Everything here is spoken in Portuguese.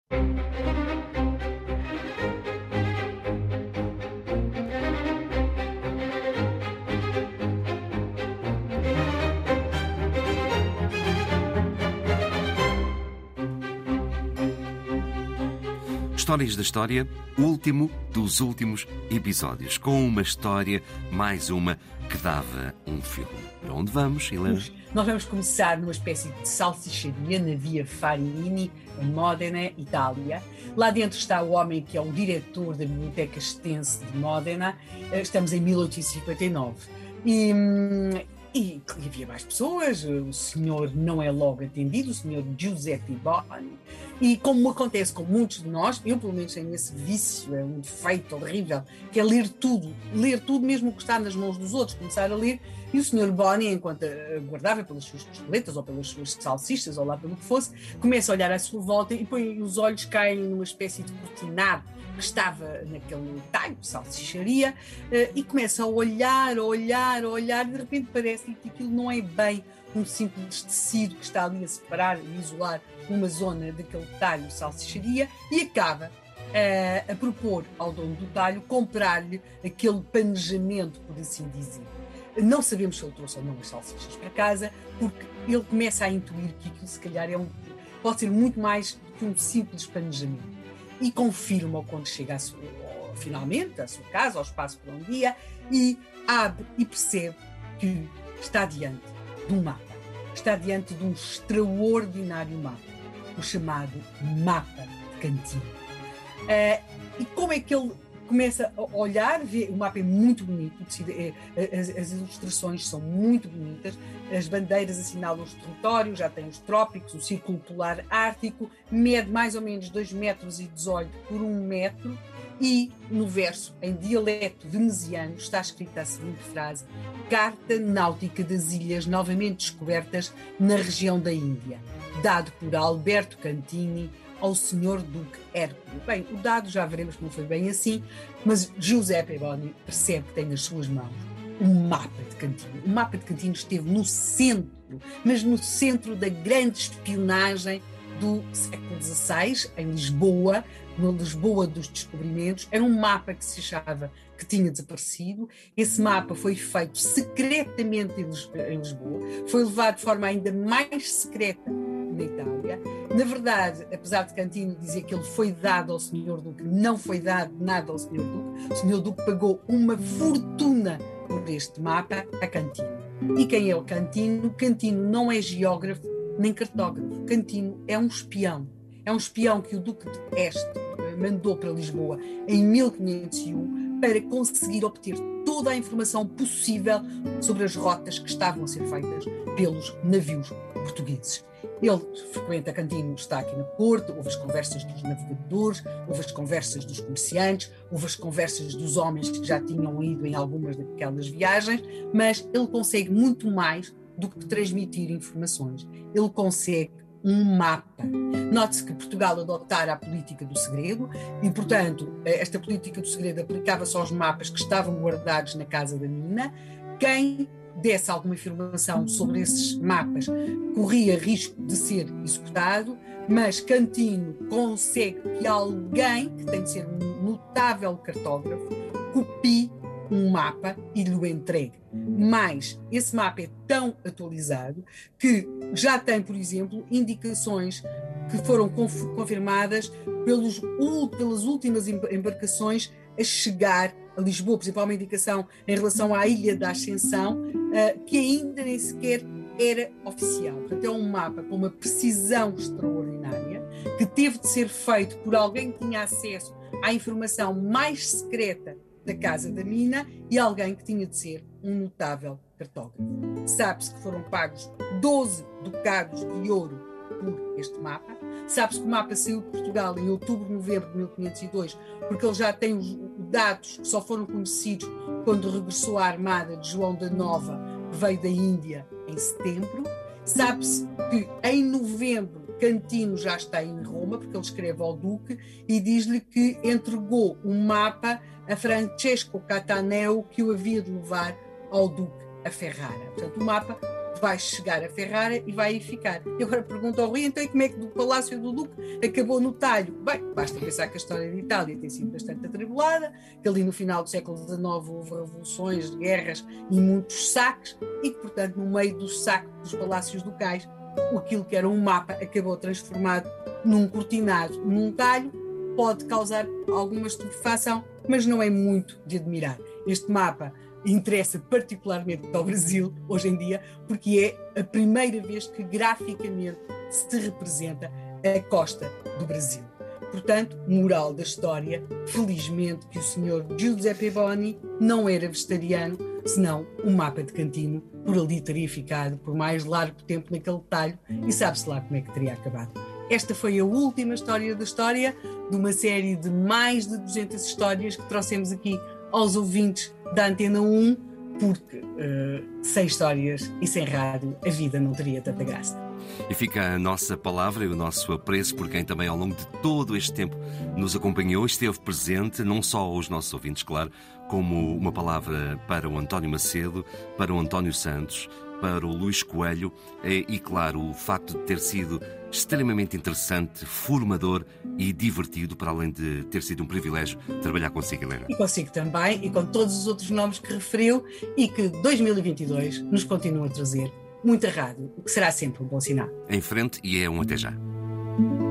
Histórias da História, último dos últimos episódios, com uma história, mais uma, que dava um filme. Para onde vamos, Helena? Nós vamos começar numa espécie de salsicharia na Via Farini, em Módena, Itália. Lá dentro está o homem que é o diretor da Biblioteca Estense de Módena. Estamos em 1859. E havia mais pessoas, o senhor não é logo atendido, o senhor Giuseppe Boni, e como acontece com muitos de nós, eu pelo menos tenho esse vício, é um defeito horrível, que é ler tudo mesmo o que está nas mãos dos outros, começar a ler, e o senhor Boni, enquanto aguardava pelas suas costeletas ou pelas suas salsichas ou lá pelo que fosse, começa a olhar à sua volta e põe os olhos caem numa espécie de cortinado que estava naquele talho, salsicharia, e começa a olhar, e de repente parece que aquilo não é bem um simples tecido que está ali a separar e isolar uma zona daquele talho salsicharia, e acaba a propor ao dono do talho comprar-lhe aquele panejamento, por assim dizer. Não sabemos se ele trouxe ou não as salsichas para casa, porque ele começa a intuir que aquilo se calhar pode ser muito mais do que um simples panejamento. E confirma quando chega finalmente à sua casa, ao espaço por um dia, e abre e percebe que está diante de um mapa. Está diante de um extraordinário mapa, o chamado Mapa de Cantino. E como é que ele começa a olhar, vê, o mapa é muito bonito, as ilustrações são muito bonitas, as bandeiras assinalam os territórios, já tem os trópicos, o círculo polar ártico, mede mais ou menos 2,18 metros por 1 metro, e no verso, em dialeto veneziano, está escrita a seguinte frase: Carta náutica das ilhas novamente descobertas na região da Índia, dado por Alberto Cantini ao senhor Duque Hércules. Bem, o dado já veremos que não foi bem assim, mas Giuseppe Boni percebe que tem nas suas mãos um mapa de Cantino. O mapa de Cantino esteve no centro, mas no centro da grande espionagem do século XVI, em Lisboa, na Lisboa dos descobrimentos. Era um mapa que se achava que tinha desaparecido. Esse mapa foi feito secretamente em Lisboa, foi levado de forma ainda mais secreta na Itália. Na verdade, apesar de Cantino dizer que ele foi dado ao Sr. Duque, não foi dado nada ao Sr. Duque. O Sr. Duque pagou uma fortuna por este mapa a Cantino. E quem é o Cantino? Cantino não é geógrafo nem cartógrafo. Cantino é um espião. É um espião que o Duque de Este mandou para Lisboa em 1501 para conseguir obter toda a informação possível sobre as rotas que estavam a ser feitas pelos navios portugueses. Ele frequenta Cantino, está aqui na corte, ouve as conversas dos navegadores, ouve as conversas dos comerciantes, ouve as conversas dos homens que já tinham ido em algumas daquelas viagens, mas ele consegue muito mais do que transmitir informações. Ele consegue um mapa. Note-se que Portugal adotara a política do segredo e, portanto, esta política do segredo aplicava-se aos mapas que estavam guardados na Casa da Mina. Quem desse alguma informação sobre esses mapas corria risco de ser executado, mas Cantino consegue que alguém, que tem de ser um notável cartógrafo, copie um mapa e lhe o entregue. Mas esse mapa é tão atualizado que já tem, por exemplo, indicações que foram confirmadas pelas últimas embarcações a chegar a Lisboa, por exemplo, há uma indicação em relação à Ilha da Ascensão, que ainda nem sequer era oficial. Portanto, é um mapa com uma precisão extraordinária, que teve de ser feito por alguém que tinha acesso à informação mais secreta da Casa da Mina e alguém que tinha de ser um notável cartógrafo. Sabe-se que foram pagos 12 ducados de ouro por este mapa. Sabe-se que o mapa saiu de Portugal em outubro, novembro de 1502, porque ele já tem os dados que só foram conhecidos quando regressou à armada de João da Nova, que veio da Índia em setembro. Sabe-se que em novembro Cantino já está em Roma, porque ele escreve ao Duque e diz-lhe que entregou um mapa a Francesco Cataneo, que o havia de levar ao Duque a Ferrara. Portanto, o mapa vai chegar a Ferrara e vai aí ficar. E agora pergunto ao Rui, então como é que do Palácio do Duque acabou no talho? Bem, basta pensar que a história de Itália tem sido bastante atribulada, que ali no final do século XIX houve revoluções, guerras e muitos saques, e que, portanto, no meio do saque dos palácios ducais, aquilo que era um mapa acabou transformado num cortinado, num talho. Pode causar alguma estupefação, mas não é muito de admirar. Este mapa interessa particularmente ao Brasil, hoje em dia, porque é a primeira vez que graficamente se representa a costa do Brasil. Portanto, moral da história, felizmente que o senhor Giuseppe Boni não era vegetariano, senão o mapa de Cantino por ali teria ficado por mais largo tempo naquele talho e sabe-se lá como é que teria acabado. Esta foi a última história da história de uma série de mais de 200 histórias que trouxemos aqui aos ouvintes da Antena 1, porque sem histórias e sem rádio a vida não teria tanta graça. E fica a nossa palavra e o nosso apreço por quem também ao longo de todo este tempo nos acompanhou, esteve presente, não só os nossos ouvintes, claro, como uma palavra para o António Macedo, para o António Santos, para o Luís Coelho e, claro, o facto de ter sido extremamente interessante, formador e divertido, para além de ter sido um privilégio trabalhar consigo, Helena. E consigo também, e com todos os outros nomes que referiu, e que 2022 nos continua a trazer muita rádio, o que será sempre um bom sinal. Em frente e é um até já.